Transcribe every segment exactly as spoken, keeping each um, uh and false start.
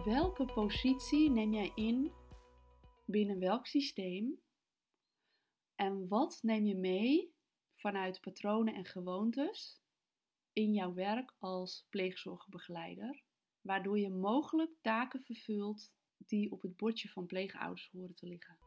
Welke positie neem jij in binnen welk systeem? En wat neem je mee vanuit patronen en gewoontes in jouw werk als pleegzorgbegeleider, waardoor je mogelijk taken vervult die op het bordje van pleegouders horen te liggen?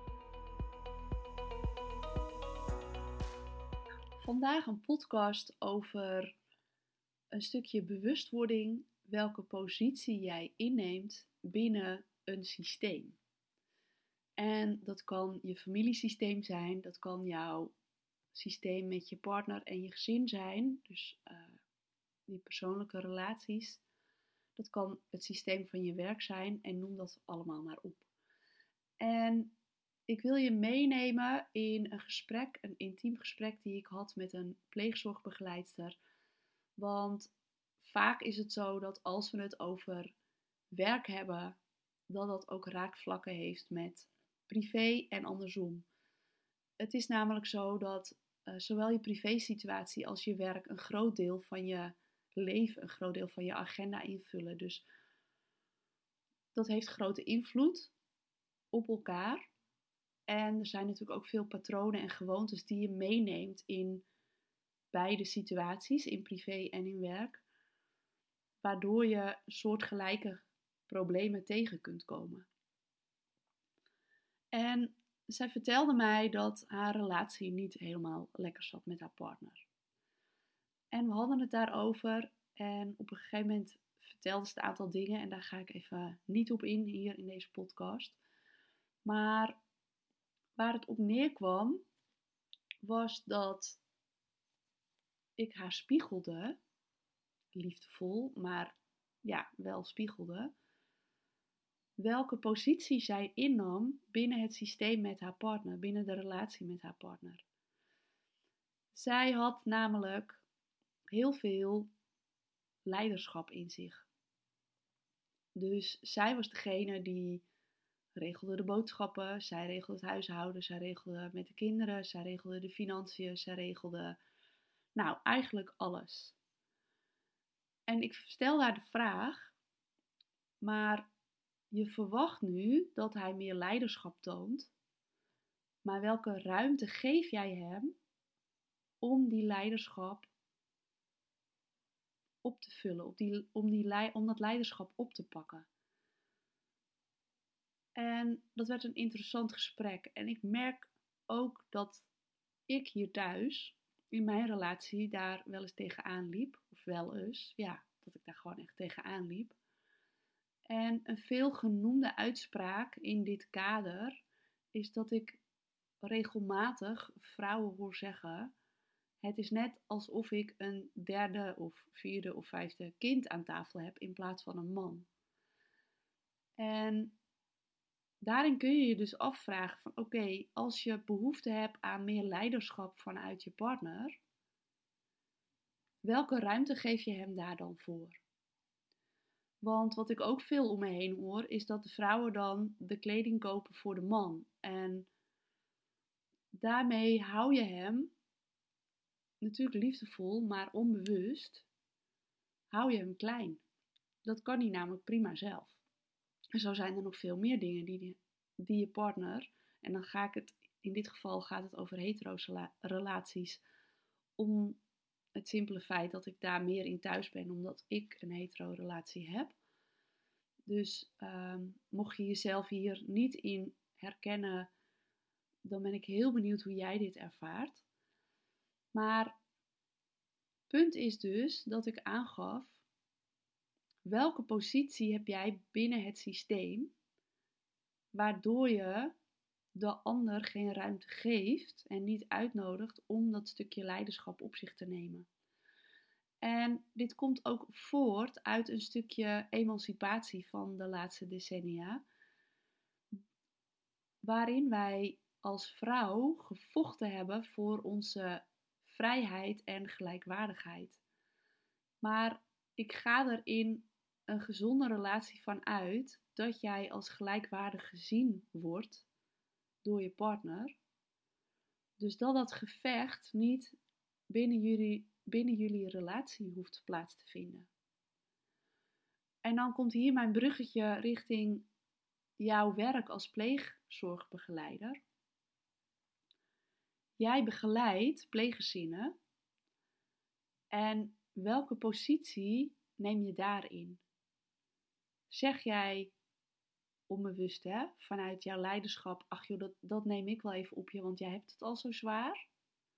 Vandaag een podcast over een stukje bewustwording, welke positie jij inneemt binnen een systeem. En dat kan je familiesysteem zijn, dat kan jouw systeem met je partner en je gezin zijn, dus uh, die persoonlijke relaties. Dat kan het systeem van je werk zijn en noem dat allemaal maar op. En ik wil je meenemen in een gesprek, een intiem gesprek die ik had met een pleegzorgbegeleidster. Want vaak is het zo dat als we het over werk hebben, dat dat ook raakvlakken heeft met privé en andersom. Het is namelijk zo dat uh, zowel je privésituatie als je werk een groot deel van je leven, een groot deel van je agenda invullen. Dus dat heeft grote invloed op elkaar. En er zijn natuurlijk ook veel patronen en gewoontes die je meeneemt in beide situaties, in privé en in werk, waardoor je soortgelijke problemen tegen kunt komen. En zij vertelde mij dat haar relatie niet helemaal lekker zat met haar partner. En we hadden het daarover en op een gegeven moment vertelde ze een aantal dingen en daar ga ik even niet op in hier in deze podcast. Maar waar het op neerkwam was dat ik haar spiegelde, liefdevol, maar ja, wel spiegelde, welke positie zij innam binnen het systeem met haar partner, binnen de relatie met haar partner. Zij had namelijk heel veel leiderschap in zich. Dus zij was degene die regelde de boodschappen, zij regelde het huishouden, zij regelde met de kinderen, zij regelde de financiën, zij regelde, nou, eigenlijk alles. En ik stel haar de vraag, maar je verwacht nu dat hij meer leiderschap toont, maar welke ruimte geef jij hem om die leiderschap op te vullen, op die, om, die, om dat leiderschap op te pakken? En dat werd een interessant gesprek. En ik merk ook dat ik hier thuis, in mijn relatie, daar wel eens tegenaan liep. Of wel eens, ja, dat ik daar gewoon echt tegenaan liep. En een veelgenoemde uitspraak in dit kader is dat ik regelmatig vrouwen hoor zeggen: het is net alsof ik een derde of vierde of vijfde kind aan tafel heb in plaats van een man. En daarin kun je je dus afvragen van oké, okay, als je behoefte hebt aan meer leiderschap vanuit je partner, welke ruimte geef je hem daar dan voor? Want wat ik ook veel om me heen hoor, is dat de vrouwen dan de kleding kopen voor de man. En daarmee hou je hem, natuurlijk liefdevol, maar onbewust, hou je hem klein. Dat kan hij namelijk prima zelf. En zo zijn er nog veel meer dingen die, die je partner, en dan ga ik het, in dit geval gaat het over hetero-relaties, om het simpele feit dat ik daar meer in thuis ben, omdat ik een hetero-relatie heb. Dus um, mocht je jezelf hier niet in herkennen, dan ben ik heel benieuwd hoe jij dit ervaart. Maar punt is dus dat ik aangaf, welke positie heb jij binnen het systeem, waardoor je de ander geen ruimte geeft en niet uitnodigt om dat stukje leiderschap op zich te nemen. En dit komt ook voort uit een stukje emancipatie van de laatste decennia, waarin wij als vrouw gevochten hebben voor onze vrijheid en gelijkwaardigheid. Maar ik ga er in een gezonde relatie van uit dat jij als gelijkwaardig gezien wordt door je partner. Dus dat dat gevecht niet binnen jullie, binnen jullie relatie hoeft plaats te vinden. En dan komt hier mijn bruggetje richting jouw werk als pleegzorgbegeleider. Jij begeleidt pleeggezinnen en welke positie neem je daarin? Zeg jij onbewust, hè, vanuit jouw leiderschap, ach joh, dat, dat neem ik wel even op je, want jij hebt het al zo zwaar?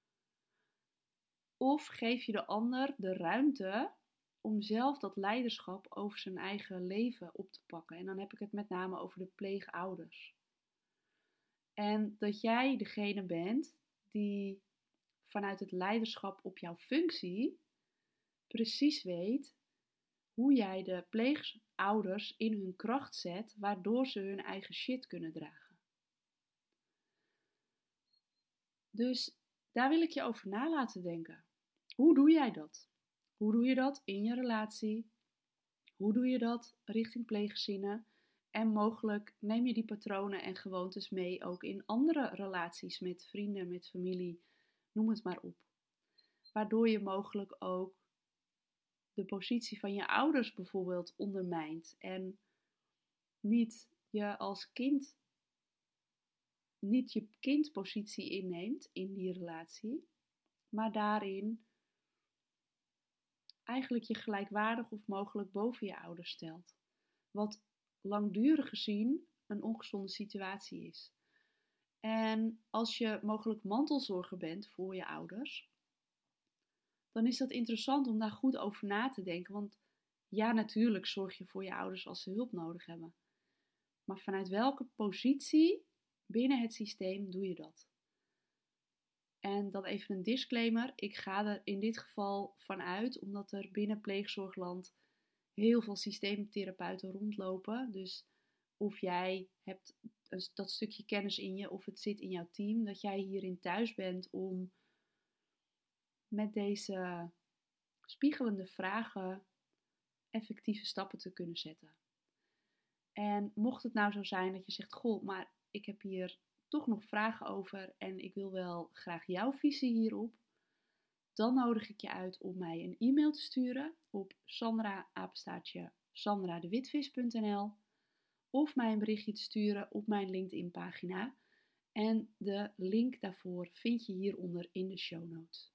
Of geef je de ander de ruimte om zelf dat leiderschap over zijn eigen leven op te pakken? En dan heb ik het met name over de pleegouders. En dat jij degene bent die vanuit het leiderschap op jouw functie precies weet hoe jij de pleegouders in hun kracht zet, waardoor ze hun eigen shit kunnen dragen. Dus daar wil ik je over na laten denken. Hoe doe jij dat? Hoe doe je dat in je relatie? Hoe doe je dat richting pleeggezinnen? En mogelijk neem je die patronen en gewoontes mee ook in andere relaties met vrienden, met familie, noem het maar op. Waardoor je mogelijk ook de positie van je ouders bijvoorbeeld ondermijnt en niet je als kind, niet je kindpositie inneemt in die relatie, maar daarin eigenlijk je gelijkwaardig of mogelijk boven je ouders stelt. Wat langdurig gezien een ongezonde situatie is. En als je mogelijk mantelzorger bent voor je ouders, dan is dat interessant om daar goed over na te denken. Want ja, natuurlijk zorg je voor je ouders als ze hulp nodig hebben. Maar vanuit welke positie binnen het systeem doe je dat? En dan even een disclaimer. Ik ga er in dit geval vanuit, omdat er binnen pleegzorgland heel veel systeemtherapeuten rondlopen. Dus of jij hebt dat stukje kennis in je of het zit in jouw team, dat jij hierin thuis bent om met deze spiegelende vragen effectieve stappen te kunnen zetten. En mocht het nou zo zijn dat je zegt, goh, maar ik heb hier toch nog vragen over en ik wil wel graag jouw visie hierop, dan nodig ik je uit om mij een e-mail te sturen op sandra apenstaartje sandradewitvis punt n l of mij een berichtje te sturen op mijn LinkedIn pagina. En de link daarvoor vind je hieronder in de show notes.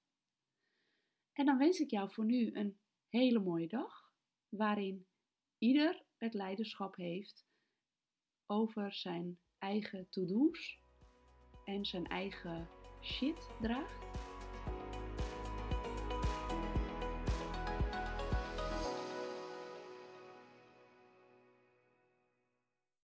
En dan wens ik jou voor nu een hele mooie dag, waarin ieder het leiderschap heeft over zijn eigen to-do's en zijn eigen shit draagt.